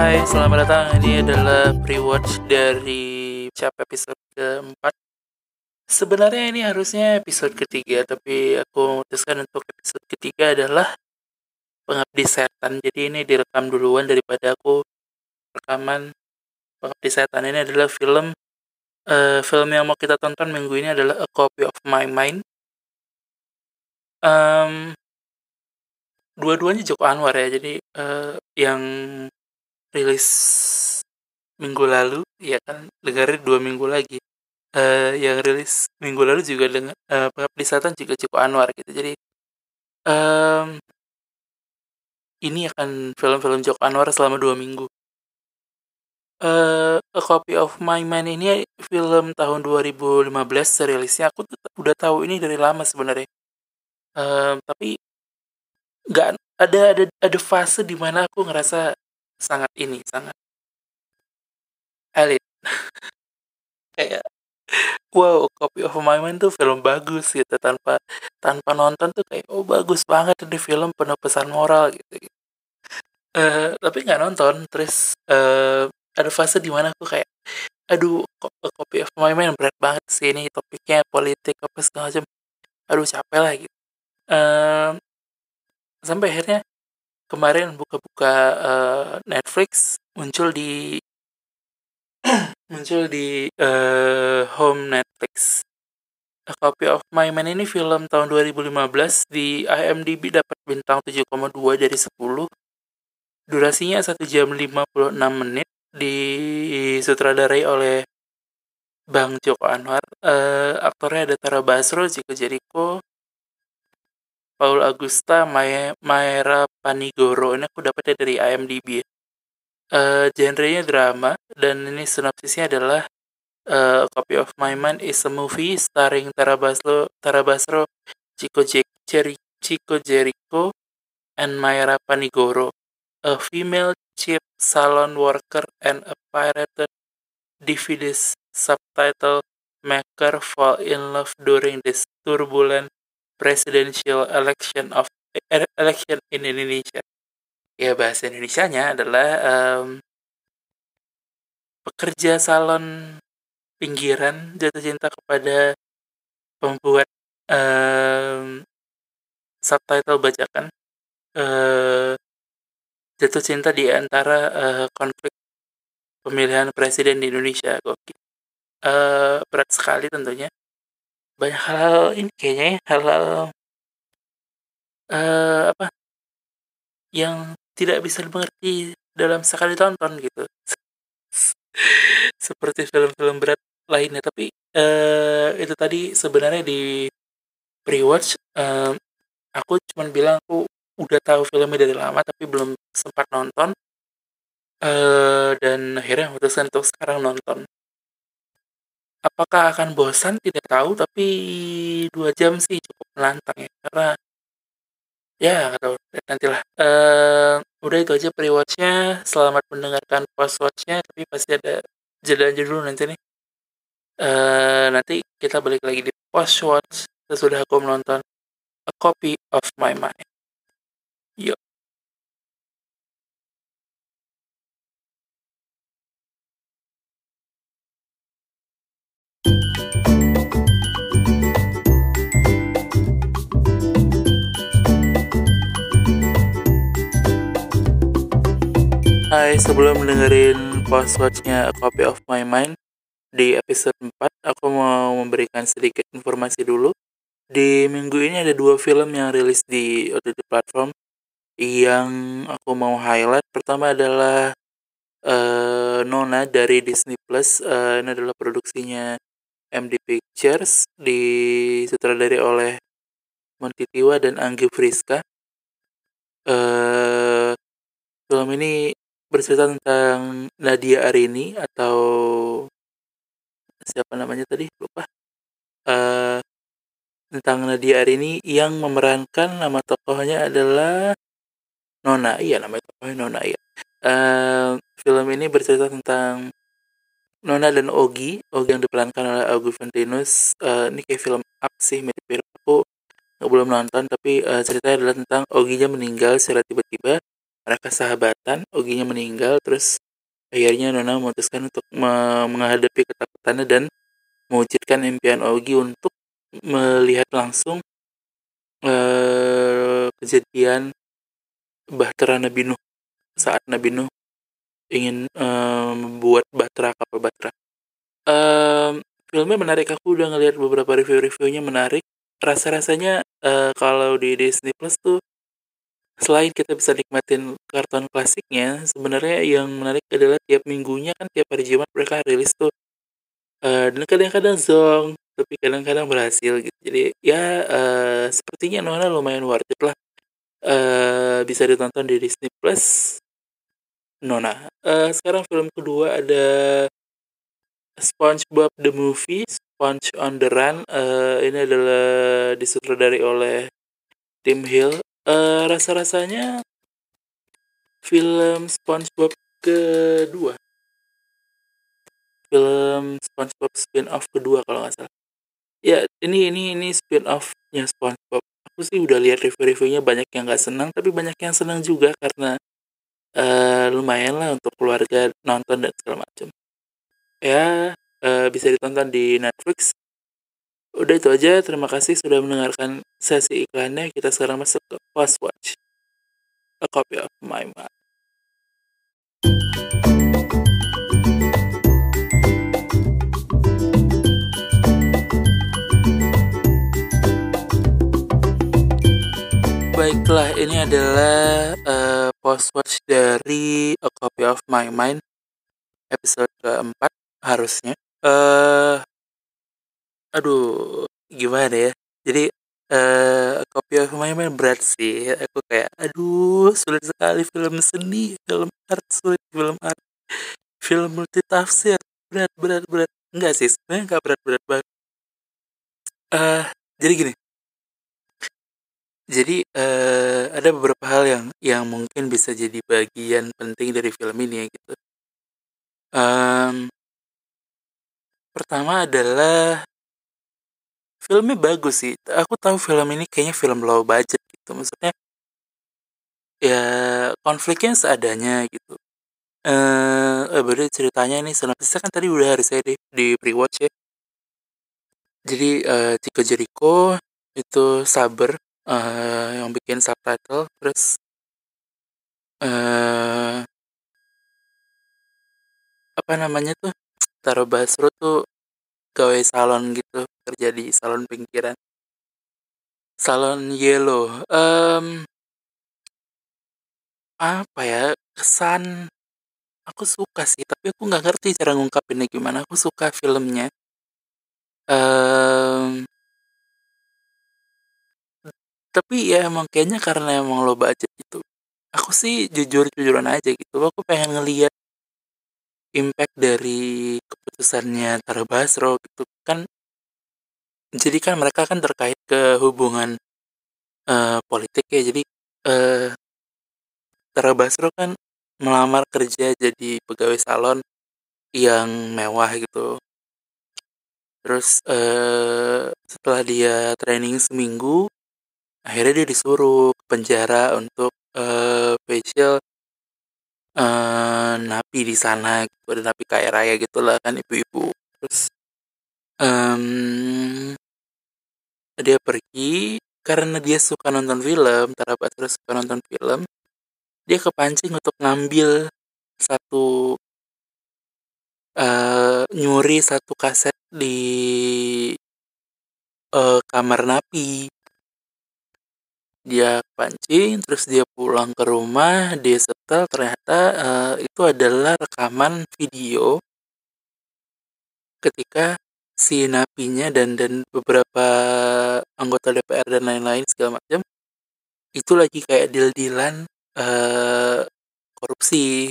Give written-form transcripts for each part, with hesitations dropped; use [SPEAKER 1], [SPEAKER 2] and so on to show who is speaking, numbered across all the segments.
[SPEAKER 1] Hai, selamat datang. Ini adalah pre-watch dari episode keempat. Sebenarnya ini harusnya episode ketiga, tapi aku memutuskan untuk episode ketiga adalah Pengabdi Setan. Jadi ini direkam duluan daripada aku rekaman. Pengabdi Setan ini adalah film yang mau kita tonton minggu ini adalah A Copy of My Mind. Dua-duanya Joko Anwar ya, jadi yang rilis minggu lalu, ya kan, dengerin 2 minggu lagi. Yang rilis minggu lalu juga dengan Pengabdi Setan juga Joko Anwar gitu. Jadi ini akan film-film Joko Anwar selama 2 minggu. A Copy of My Mind ini film tahun 2015 rilisnya. Aku udah tahu ini dari lama sebenarnya. Tapi nggak ada fase di mana aku ngerasa sangat elit. Kayak wow, Copy of My Mind tuh film bagus gitu, tanpa nonton tuh kayak oh bagus banget ini film penuh pesan moral gitu. Tapi nggak nonton. Terus ada fase di mana aku kayak aduh kok Copy of My Mind berat banget sih, ini topiknya politik apa segala macam, aduh capek lah gitu. Sampai akhirnya kemarin buka-buka Netflix, muncul di home Netflix. A Copy of My Mind ini film tahun 2015, di IMDb dapat bintang 7,2 dari 10. Durasinya 1 jam 56 menit, disutradarai oleh Bang Joko Anwar. Aktornya ada Tara Basro, Chico Jericho, Paul Augusta, Maera Panigoro. Ini aku dapetnya dari IMDb. Genrenya drama, dan ini sinopsisnya adalah Copy of My Mind is a movie starring Tara Basro, Chico Jericho, and Maera Panigoro, a female cheap salon worker and a pirated DVD subtitle maker fall in love during this turbulent presidential election in Indonesia. Ya, bahasa Indonesianya adalah pekerja salon pinggiran jatuh cinta kepada pembuat subtitle bajakan, jatuh cinta di antara konflik pemilihan presiden di Indonesia. Gokil. Berat sekali tentunya. Banyak hal ini kayaknya ya, hal-hal yang tidak bisa dimengerti dalam sekali tonton gitu. Seperti film-film berat lainnya. Tapi itu tadi sebenarnya di pre-watch, aku cuma bilang aku udah tahu filmnya dari lama tapi belum sempat nonton, dan akhirnya memutuskan untuk sekarang nonton. Apakah akan bosan? Tidak tahu, tapi 2 jam sih cukup menantang ya, karena ya nggak tahu, nantilah. Udah itu aja pre-watch-nya. Selamat mendengarkan post-watch-nya, tapi pasti ada jeda dulu nanti nih. Nanti kita balik lagi di post-watch sesudah aku menonton A Copy of My Mind. Yuk. Hai, sebelum mendengarin post-watch-nya A Copy of My Mind di episode 4, aku mau memberikan sedikit informasi dulu. Di minggu ini ada 2 film yang rilis di OTT platform yang aku mau highlight. Pertama adalah Nona dari Disney Plus. Ini adalah produksinya MD Pictures, disutradarai oleh Monty Tiwa dan Anggi Friska. Film ini bercerita tentang Nadia Arini, atau siapa namanya tadi, lupa. Tentang Nadia Arini yang memerankan, nama tokohnya adalah Nona. Iya, nama tokohnya Nona, iya. Film ini bercerita tentang Nona dan Ogi yang diperankan oleh Augie Ventinus. Ini kayak film up sih, mirip-mirip. Aku belum nonton, tapi ceritanya adalah tentang Oginya meninggal secara tiba-tiba. mereka sahabatan, Oginya meninggal, terus akhirnya Nona memutuskan untuk menghadapi ketakutannya dan mewujudkan impian Ogi untuk melihat langsung kejadian Bahtera Nabi Nuh saat Nabi Nuh ingin membuat Bahtera kapal Bahtera. Filmnya menarik, aku udah ngelihat beberapa review-reviewnya menarik. Rasa-rasanya kalau di Disney Plus tuh selain kita bisa nikmatin kartun klasiknya, sebenarnya yang menarik adalah tiap minggunya kan tiap hari Jumat mereka rilis tuh. Dan kadang-kadang zong, tapi kadang-kadang berhasil gitu. Jadi ya sepertinya Nona lumayan worth it lah. Bisa ditonton di Disney Plus. Nona. Sekarang film kedua ada SpongeBob the Movie, Sponge on the Run. Ini adalah disutradari oleh Tim Hill. Rasa-rasanya film SpongeBob kedua, film SpongeBob spin-off kedua kalau nggak salah. Ya, ini spin-off-nya SpongeBob. Aku sih udah lihat review-reviewnya, banyak yang nggak senang, tapi banyak yang senang juga karena lumayan lah untuk keluarga nonton dan segala macam. Ya, bisa ditonton di Netflix. Udah itu aja, terima kasih sudah mendengarkan sesi iklannya. Kita sekarang masuk ke Fast Watch, A Copy of My Mind. Baiklah, ini adalah Post Watch dari A Copy of My Mind episode keempat harusnya. Aduh, gimana ya? Jadi A Copy of My Mind berat sih. Aku kayak, aduh, sulit sekali film seni, film art, sulit film art, film multitafsir, berat. Enggak sih, sebenarnya enggak berat banget. Jadi gini. Jadi ada beberapa hal yang mungkin bisa jadi bagian penting dari film ini ya gitu. Pertama adalah filmnya bagus sih. Aku tahu film ini kayaknya film low budget gitu. Maksudnya ya konfliknya seadanya gitu. Berarti ceritanya ini sinopsisnya kan tadi udah harus saya di pre-watch ya. Jadi Chico Jericho itu Saber yang bikin subtitle, terus apa namanya tuh, Taro Basro tuh gawe salon gitu, kerja di salon pinggiran, salon Yellow. Apa ya, kesan aku suka sih, tapi aku nggak ngerti cara ngungkapinnya gimana. Aku suka filmnya. Tapi ya emang kayaknya karena emang low budget gitu. Aku sih jujur-jujuran aja gitu. Aku pengen ngeliat impact dari keputusannya Tara Basro gitu kan. Jadi kan mereka kan terkait ke hubungan politik ya. Jadi Tara Basro kan melamar kerja jadi pegawai salon yang mewah gitu. Terus setelah dia training seminggu, akhirnya dia disuruh ke penjara untuk facial napi di sana gitu. Ada napi kaya raya gitulah kan, ibu-ibu. Terus dia pergi karena dia suka nonton film. Tara Basro suka nonton film. Dia kepancing untuk ngambil satu nyuri satu kaset di kamar napi. Dia pancing, terus dia pulang ke rumah, dia setel, ternyata itu adalah rekaman video ketika si napinya dan beberapa anggota DPR dan lain-lain segala macam itu lagi kayak deal-dealan korupsi.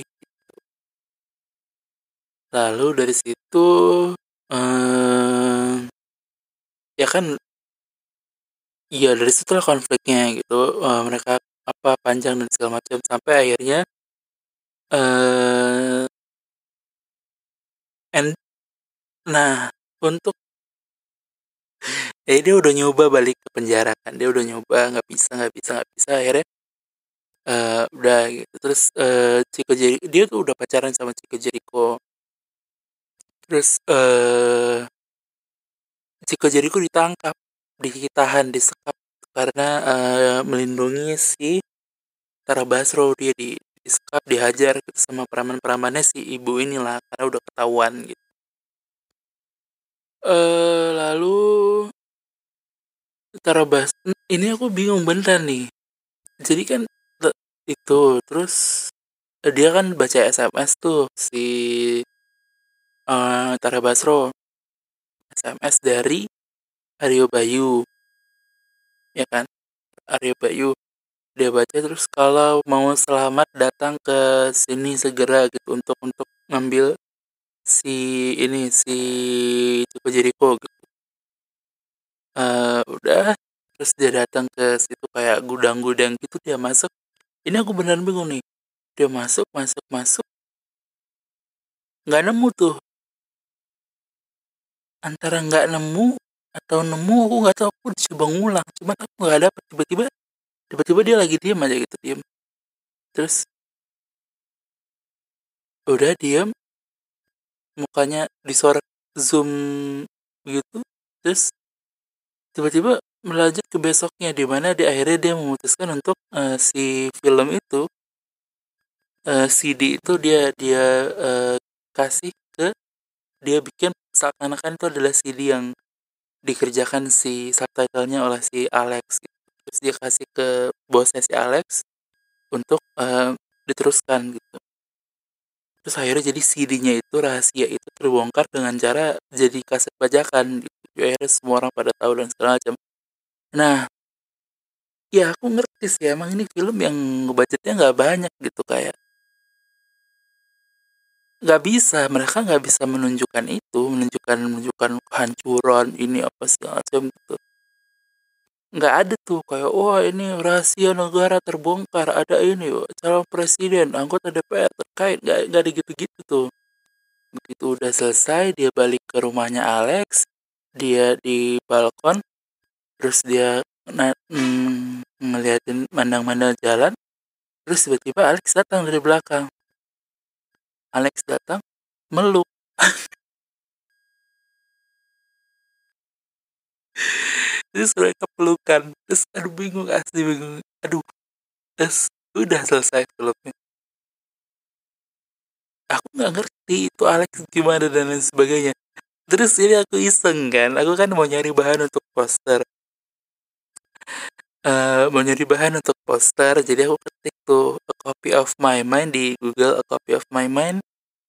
[SPEAKER 1] Lalu dari situ ya kan, iya dari situlah konfliknya gitu. Mereka apa panjang dan segala macam sampai akhirnya nah untuk dia udah nyoba balik ke penjara kan, dia udah nyoba nggak bisa akhirnya Udah gitu. Terus Chico Jericho dia tuh udah pacaran sama Chico Jericho. Terus Chico Jericho ditangkap, ditahan, disekap karena melindungi si Tara Basro. Dia disekap, dihajar gitu sama preman-premannya si ibu inilah karena udah ketahuan gitu. Lalu Tara Bas ini aku bingung beneran nih. Jadi kan itu terus dia kan baca SMS tuh si Tara Basro, SMS dari Aryo Bayu, ya kan? Aryo Bayu dia baca terus kalau mau selamat datang ke sini segera gitu untuk ngambil si ini si Chico Jericho gitu. Udah terus dia datang ke situ kayak gudang-gudang gitu, dia masuk. Ini aku beneran bingung nih. Dia masuk masuk masuk nggak nemu tuh, antara nggak nemu atau nemu aku nggak tahu. Aku coba ngulang cuman aku nggak dapet. Tiba-tiba dia lagi diem aja gitu, diem. Terus udah diem, mukanya disorot zoom gitu. Terus tiba-tiba melanjut ke besoknya di mana di akhirnya dia memutuskan untuk si film itu, CD itu dia dia kasih ke, dia bikin seakan-akan itu adalah CD yang dikerjakan si subtitlenya oleh si Alex gitu. Terus dia kasih ke bosnya si Alex untuk diteruskan gitu. Terus akhirnya jadi CD-nya itu, rahasia itu terbongkar dengan cara jadi kaset bajakan gitu. Akhirnya semua orang pada tahu dan segala macam. Nah, ya aku ngerti sih emang ini film yang budgetnya nggak banyak gitu, kayak mereka nggak bisa menunjukkan itu, menunjukkan kehancuran ini apa segala macam gitu. Nggak ada tuh kayak wah ini rahasia negara terbongkar, ada ini calon presiden anggota DPR terkait, nggak ada gitu-gitu tuh. Begitu udah selesai dia balik ke rumahnya Alex, dia di balkon, terus dia ngeliatin mandang-mandang jalan, terus tiba-tiba Alex datang dari belakang. Alex datang meluk. Terus mereka pelukan, terus aduh bingung, asli bingung, aduh. Terus udah selesai filmnya. Aku nggak ngerti itu Alex gimana dan lain sebagainya. Terus ini aku iseng kan, aku kan mau nyari bahan untuk poster. Jadi aku ketik tuh A Copy of My Mind di Google, A Copy of My Mind.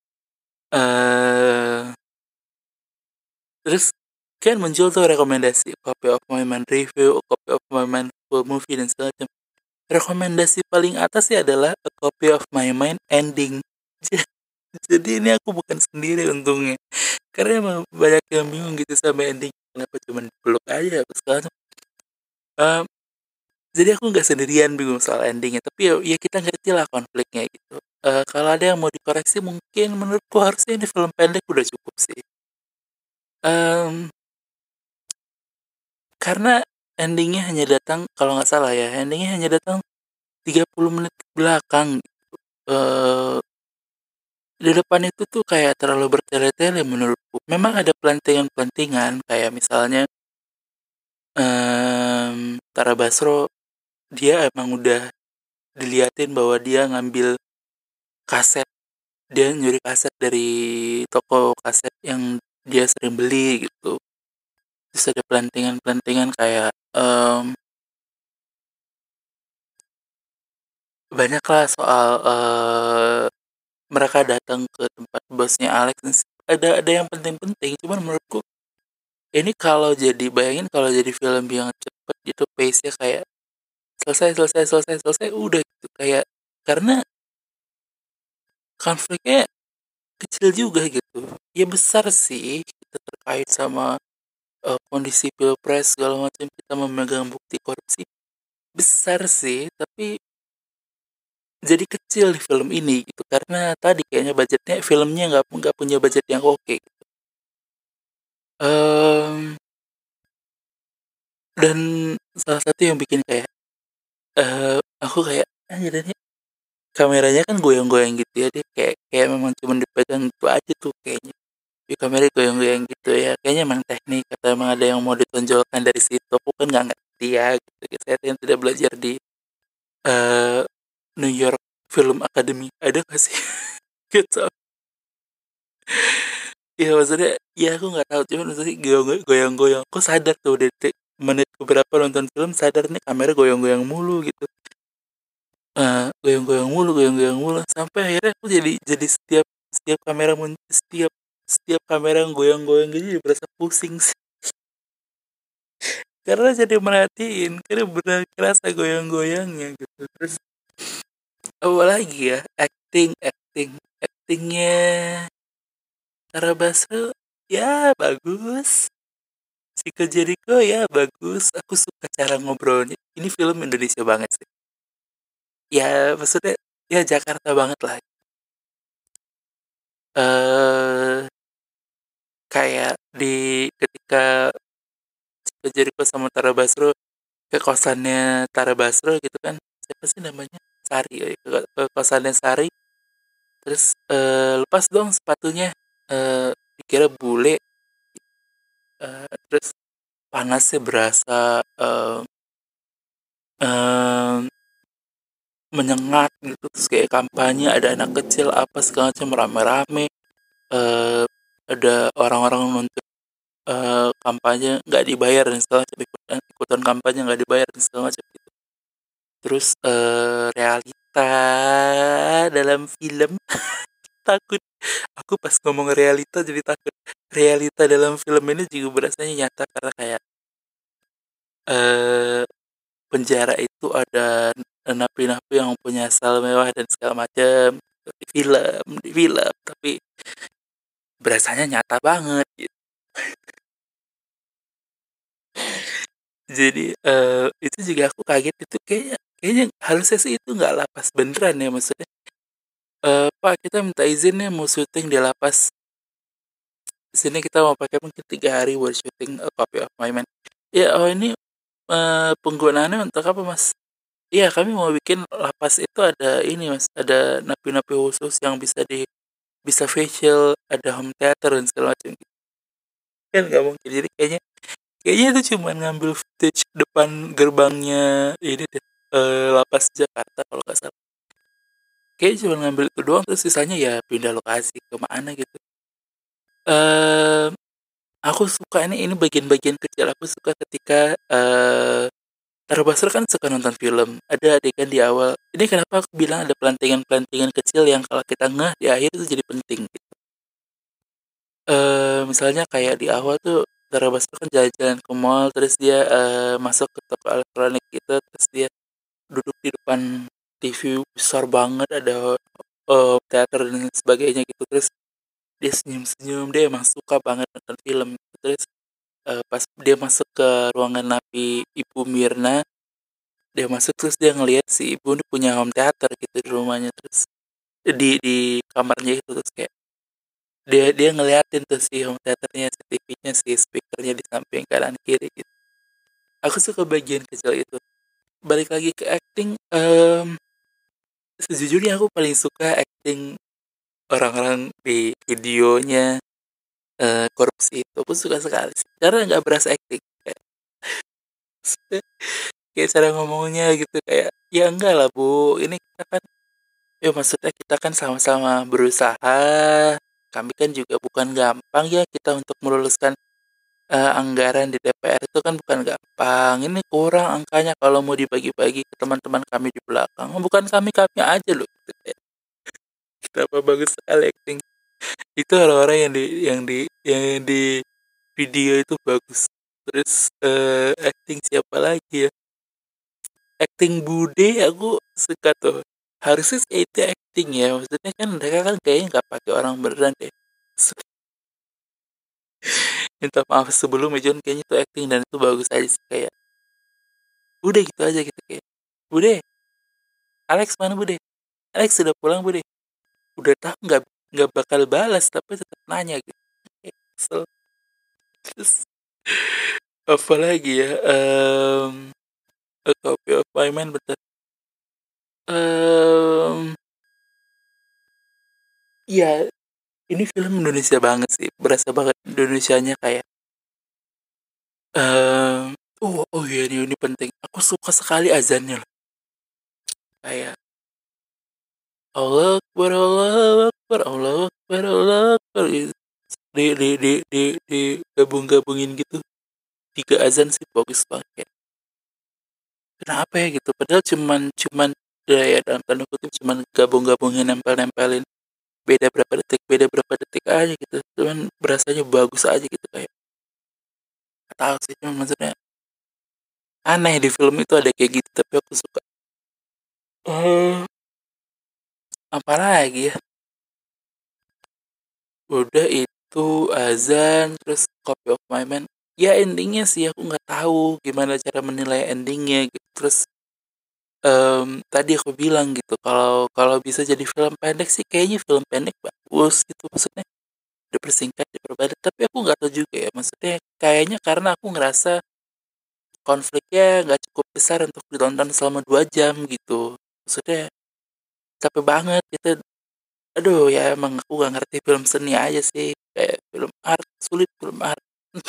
[SPEAKER 1] Terus kan muncul tuh rekomendasi A Copy of My Mind review, A Copy of My Mind full movie dan segala macam. Rekomendasi paling atas sih adalah A Copy of My Mind ending. Jadi ini aku bukan sendiri untungnya, karena emang banyak yang bingung gitu sama ending, kenapa cuma dipeluk aja apa segala macam. Jadi aku nggak sendirian bingung soal endingnya, tapi ya kita ngerti lah konfliknya gitu. Kalau ada yang mau dikoreksi mungkin menurutku harusnya ini film pendek udah cukup sih. Karena endingnya hanya datang, kalau nggak salah ya, endingnya hanya datang 30 menit ke belakang. Uh, di depan itu tuh kayak terlalu bertele-tele menurutku. Memang ada pelantingan-pelantingan kayak misalnya Tara Basro, dia emang udah diliatin bahwa dia ngambil kaset, dia nyuri kaset dari toko kaset yang dia sering beli gitu. Terus ada pelantingan-pelantingan kayak banyak lah soal mereka datang ke tempat bosnya Alex. Ada yang penting-penting, cuman menurutku ini kalau jadi, bayangin kalau jadi film yang cepet gitu, pace-nya kayak selesai selesai selesai selesai udah gitu, kayak karena konfliknya kecil juga gitu. Ya besar sih, kita terkait sama kondisi pilpres segala macam, kita memegang bukti korupsi besar sih, tapi jadi kecil di film ini gitu karena tadi kayaknya budgetnya, filmnya nggak punya budget yang oke gitu. Dan salah satu yang bikin kayak aku kayak Anjir, dan kameranya kan goyang-goyang gitu ya, dia kayak kayak memang cuma dipegang gitu aja tuh kayaknya. Di kamera goyang-goyang gitu ya, kayaknya emang teknik atau emang ada yang mau ditonjolkan dari situ, aku kan nggak ngerti ya gitu. Saya yang tidak belajar di eh, New York Film Academy, ada nggak sih? Gitu. Ya maksudnya, ya aku nggak tahu, cuman maksudnya goyang-goyang, aku sadar tuh detik menit beberapa nonton film, sadar nih kamera goyang-goyang mulu gitu. Goyang-goyang mulu, sampai akhirnya aku jadi setiap setiap kamera setiap setiap kamera yang goyang-goyang gitu jadi berasa pusing sih. Karena jadi merhatiin, karena benar kerasa goyang-goyangnya gitu. Terus apa lagi ya, actingnya Tara Basro ya bagus, Chico Jericho ya bagus, aku suka cara ngobrolnya, ini film Indonesia banget sih, ya maksudnya ya Jakarta banget lah. eh Kayak di ketika Chico Jericho sama Tara Basro ke kosannya Tara Basro gitu kan, siapa sih namanya, Sari ya, ke kosannya Sari. Terus lepas dong sepatunya, dikira bule, terus panasnya berasa, eee, menyengat gitu, terus kayak kampanye, ada anak kecil apa segala macam rame-rame, eee, ada orang-orang nuntut, kampanye nggak dibayar dan segala macam, ikutan kampanye nggak dibayar dan segala macam gitu. Terus, realita dalam film takut, aku pas ngomong realita jadi takut. Realita dalam film ini juga berasanya nyata karena kayak, eee, penjara itu ada napi-napi yang punya sel mewah dan segala macam di film, tapi berasanya nyata banget gitu. Jadi, itu juga aku kaget, itu kayaknya kayaknya harusnya sih itu nggak lapas beneran ya, maksudnya, "Pak, kita minta izin nih mau syuting di lapas sini, kita mau pakai mungkin 3 hari buat syuting A Copy of My Mind." "Ya, oh ini, penggunaannya untuk apa, Mas?" "Iya, kami mau bikin lapas itu ada ini, Mas, ada napi-napi khusus yang bisa facial, ada home theater dan segala macam gitu." Kan nggak mungkin, jadi kayaknya kayaknya itu cuman ngambil footage depan gerbangnya ini deh, lapas Jakarta kalau nggak salah. Kayaknya cuma ngambil itu doang, terus sisanya ya pindah lokasi ke mana gitu. Mmm, aku suka ini bagian-bagian kecil, aku suka ketika, Tara Basro kan suka nonton film, ada adegan di awal, ini kenapa aku bilang ada pelantingan-pelantingan kecil yang kalau kita ngeh di akhir itu jadi penting gitu. Misalnya kayak di awal tuh Tara Basro kan jalan-jalan ke mall, terus dia, masuk ke toko elektronik gitu, terus dia duduk di depan TV besar banget, ada, teater dan sebagainya gitu, terus dia senyum-senyum, dia emang suka banget nonton film. Terus, pas dia masuk ke ruangan napi Ibu Mirna, dia masuk terus dia ngelihat si ibu ini punya home theater gitu di rumahnya, terus di kamarnya itu, terus kayak dia dia ngeliatin tuh si home theaternya, si TV-nya, si speakernya di samping kanan kiri gitu. Aku suka bagian kecil itu. Balik lagi ke acting, sejujurnya aku paling suka acting orang-orang di videonya, korupsi itu. Aku suka sekali sih, karena nggak berasa acting. Kayak, kayak cara ngomongnya gitu kayak, ya enggak lah bu, ini kita kan, ya maksudnya kita kan sama-sama berusaha. Kami kan juga bukan gampang ya kita untuk meluluskan anggaran di DPR itu kan bukan gampang. Ini kurang angkanya kalau mau dibagi-bagi ke teman-teman kami di belakang. Bukan kami aja loh. Gitu. Kayak, kenapa bagus sekali acting. Itu orang-orang yang di video itu bagus. Terus acting siapa lagi ya? Acting Bude aku suka tuh. Harusnya sih itu acting ya. Maksudnya kan mereka kan kayaknya nggak pakai orang beneran deh. Minta maaf sebelum John, kayaknya itu acting dan itu bagus aja sih, kayak udah gitu aja gitu kayak, Bude, Alex mana Bude, Alex sudah pulang Bude, udah tahu nggak bakal balas tapi tetap nanya gitu. Kayak kesel. Terus apa lagi ya, A Copy of My Mind, bentar. Em, Iya, ini film Indonesia banget sih. Berasa banget Indonesianya kayak oh iya ini penting. Aku suka sekali azannya loh. Kayak Allah Akbar, Allah Akbar, Allah Akbar, Allah Akbar. Gitu. Di gabung-gabungin gitu. Tiga azan sih bagus banget. Kayak, kenapa ya gitu? Padahal cuman ya dalam tanda kutip cuman gabung-gabungin nempel-nempelin beda berapa detik aja gitu. Cuman berasanya bagus aja gitu kayak. Gak tahu sih, cuman maksudnya aneh di film itu ada kayak gitu tapi aku suka. eh Apa lagi ya, udah itu azan terus Copy of My Mind. Ya endingnya sih aku nggak tahu gimana cara menilai endingnya gitu. Terus tadi aku bilang gitu kalau kalau bisa jadi film pendek sih kayaknya film pendek bagus gitu, maksudnya dipersingkat diperbanyak, tapi aku nggak tahu juga ya, maksudnya kayaknya karena aku ngerasa konfliknya nggak cukup besar untuk ditonton selama 2 jam gitu, maksudnya capek banget gitu. Aduh ya emang aku gak ngerti film seni aja sih. Kayak film art, sulit film art.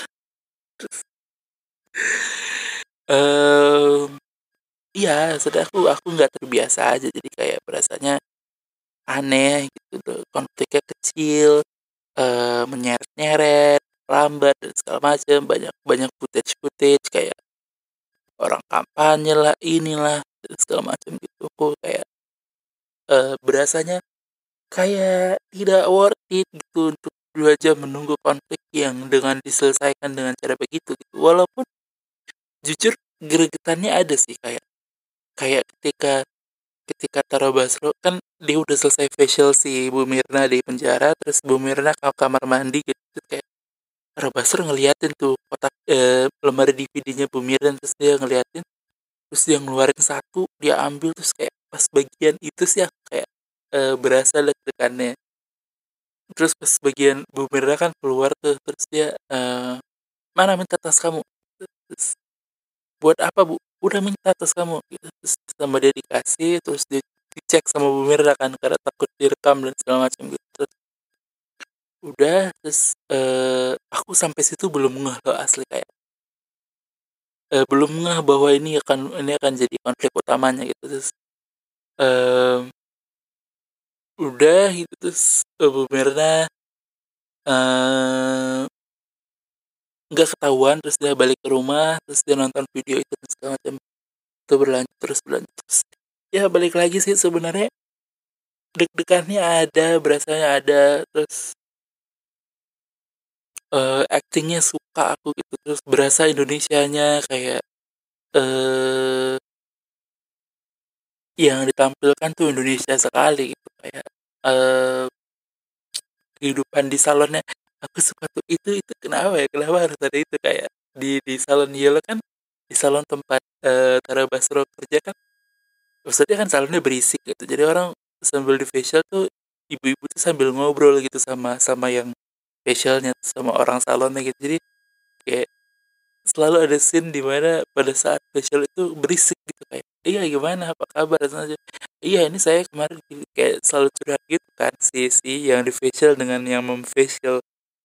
[SPEAKER 1] Ehm iya, sudah aku nggak terbiasa aja jadi kayak berasanya aneh gitu loh. Konfliknya kecil, menyeret-nyeret, lambat dan segala macam, banyak banyak footage-footage kayak orang kampanye lah, inilah dan segala macam gitu. Aku kayak berasanya kayak tidak worth it gitu untuk 2 jam menunggu konflik yang dengan diselesaikan dengan cara begitu gitu. Walaupun jujur gregetannya ada sih kayak kayak ketika ketika Tara Basro kan dia udah selesai facial si Bu Mirna di penjara, terus Bu Mirna ke kamar mandi gitu. Terus kayak Tara Basro ngeliatin tuh kotak lemari DVD-nya Bu Mirna, terus dia ngeliatin, terus dia ngeluarin satu, dia ambil, terus kayak pas bagian itu sih aku kayak berasa deg-degannya. Terus pas bagian Bu Mirna kan keluar tuh, terus dia mana minta tas kamu, terus buat apa Bu, udah minta tas kamu gitu. Terus sama dia dikasih, terus dia dicek sama Bu Mirna kan karena takut direkam dan segala macam gitu. Terus udah, terus aku sampai situ belum ngeh loh asli, kayak belum ngeh bahwa ini akan jadi konflik utamanya gitu. Terus eh, udah gitu, terus Bu Mirna eh, nggak ketahuan, terus dia balik ke rumah, terus dia nonton video itu dan segala macam. Itu berlanjut terus ya balik lagi sih sebenarnya deg-degannya ada, berasanya ada, terus aktingnya suka aku gitu, terus berasa Indonesianya kayak eh yang ditampilkan tuh Indonesia sekali gitu, kayak eh kehidupan di salonnya aku suka tuh. Itu kenapa harus ada itu, kayak di salon Yellow kan, di salon tempat Tara Basro kerja kan, maksudnya kan salonnya berisik gitu, jadi orang sambil di facial tuh ibu-ibu tuh sambil ngobrol gitu sama sama yang facialnya, sama orang salonnya gitu. Jadi kayak selalu ada scene di mana pada saat facial itu berisik gitu, kayak iya gimana apa kabar dan segala macam. Iya ini saya kemarin gini, kayak selalu curhat gitu kan si yang di facial dengan yang memfacial.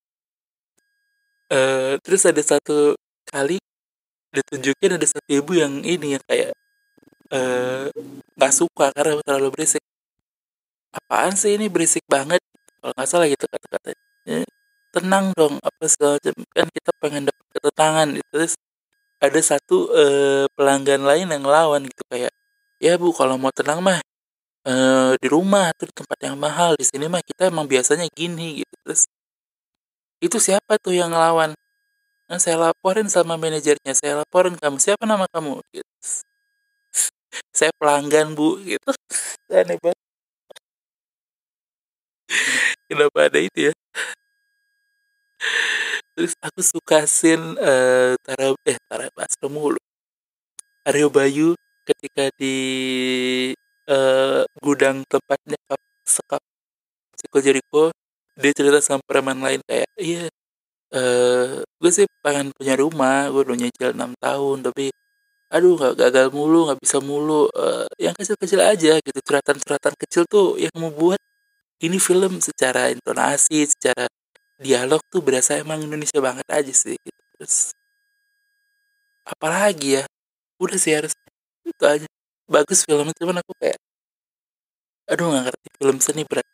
[SPEAKER 1] Terus ada satu kali ditunjukin ada satu ibu yang ini yang kayak eh, nggak suka karena terlalu berisik. Apaan sih ini berisik banget, kalau nggak salah gitu kata-katanya. Tenang dong apa segala macam, kan kita pengen dapat ketenangan gitu. Terus ada satu pelanggan lain yang ngelawan gitu kayak, ya Bu kalau mau tenang mah di rumah tuh di tempat yang mahal, di sini mah kita emang biasanya gini gitu. Terus itu siapa tuh yang ngelawan? Nah, saya laporin sama manajernya, saya laporin kamu, siapa nama kamu gitu. Saya pelanggan Bu gitu. Aneh banget, kenapa ada itu ya. Terus aku suka scene Tara Basro mulu, Aryo Bayu ketika di gudang tempatnya sekap Chico Jericho, dia cerita sama preman lain kayak, iya gue sih pengen punya rumah, gue udah nyicil 6 tahun tapi aduh nggak gagal mulu, nggak bisa mulu, yang kecil-kecil aja gitu, curhatan-curhatan kecil tuh yang membuat ini film secara intonasi, secara dialog tuh berasa emang Indonesia banget aja sih gitu. Terus apalagi ya, udah sih harus itu aja. Bagus filmnya cuman aku kayak aduh nggak ngerti film seni berat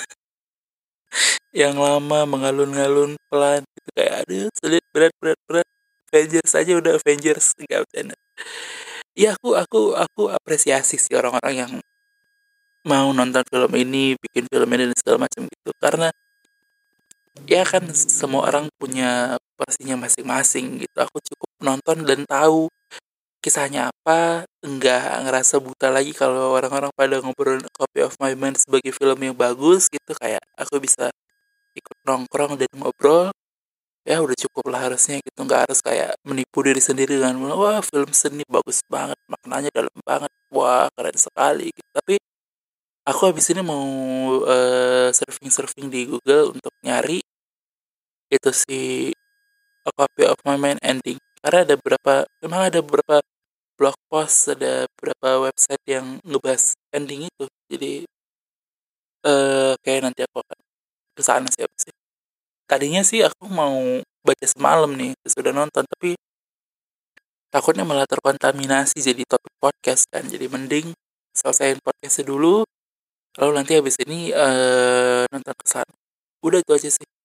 [SPEAKER 1] yang lama mengalun-ngalun pelan gitu kayak aduh sulit berat berat berat. Avengers aja udah Avengers nggak bercanda. Ya aku apresiasi sih orang-orang yang mau nonton film ini, bikin film ini dan segala macam gitu. Karena ya kan semua orang punya porsinya masing-masing gitu. Aku cukup nonton dan tahu kisahnya apa, nggak ngerasa buta lagi kalau orang-orang pada ngobrol Copy of My Mind sebagai film yang bagus gitu. Kayak aku bisa ikut nongkrong dan ngobrol, ya udah cukup lah harusnya gitu. Nggak harus kayak menipu diri sendiri dengan wah film seni bagus banget, maknanya dalam banget, wah keren sekali gitu. Tapi aku habis ini mau surfing-surfing di Google untuk nyari itu si A Copy of My Mind ending. Karena ada memang ada beberapa blog post, ada beberapa website yang ngebahas ending itu. Jadi kayak nanti aku akan ke sana sih apa sih. Tadinya sih aku mau baca semalam nih sudah nonton, tapi takutnya malah terkontaminasi jadi topik podcast kan. Jadi mending selesaiin podcastnya dulu, lalu nanti habis ini nonton ke sana. Udah itu aja sih.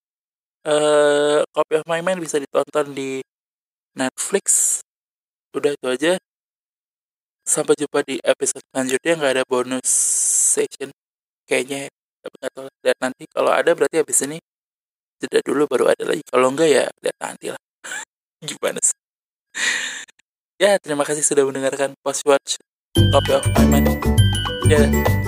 [SPEAKER 1] Copy of My Mind bisa ditonton di Netflix. Udah itu aja. Sampai jumpa di episode selanjutnya. Nggak ada bonus session kayaknya ya. Tapi nggak tahu. Dan nanti kalau ada berarti habis ini jeda dulu baru ada lagi. Kalau enggak ya lihat nanti lah. Gimana sih? Ya terima kasih sudah mendengarkan Post Watch Copy of My Mind. Ya.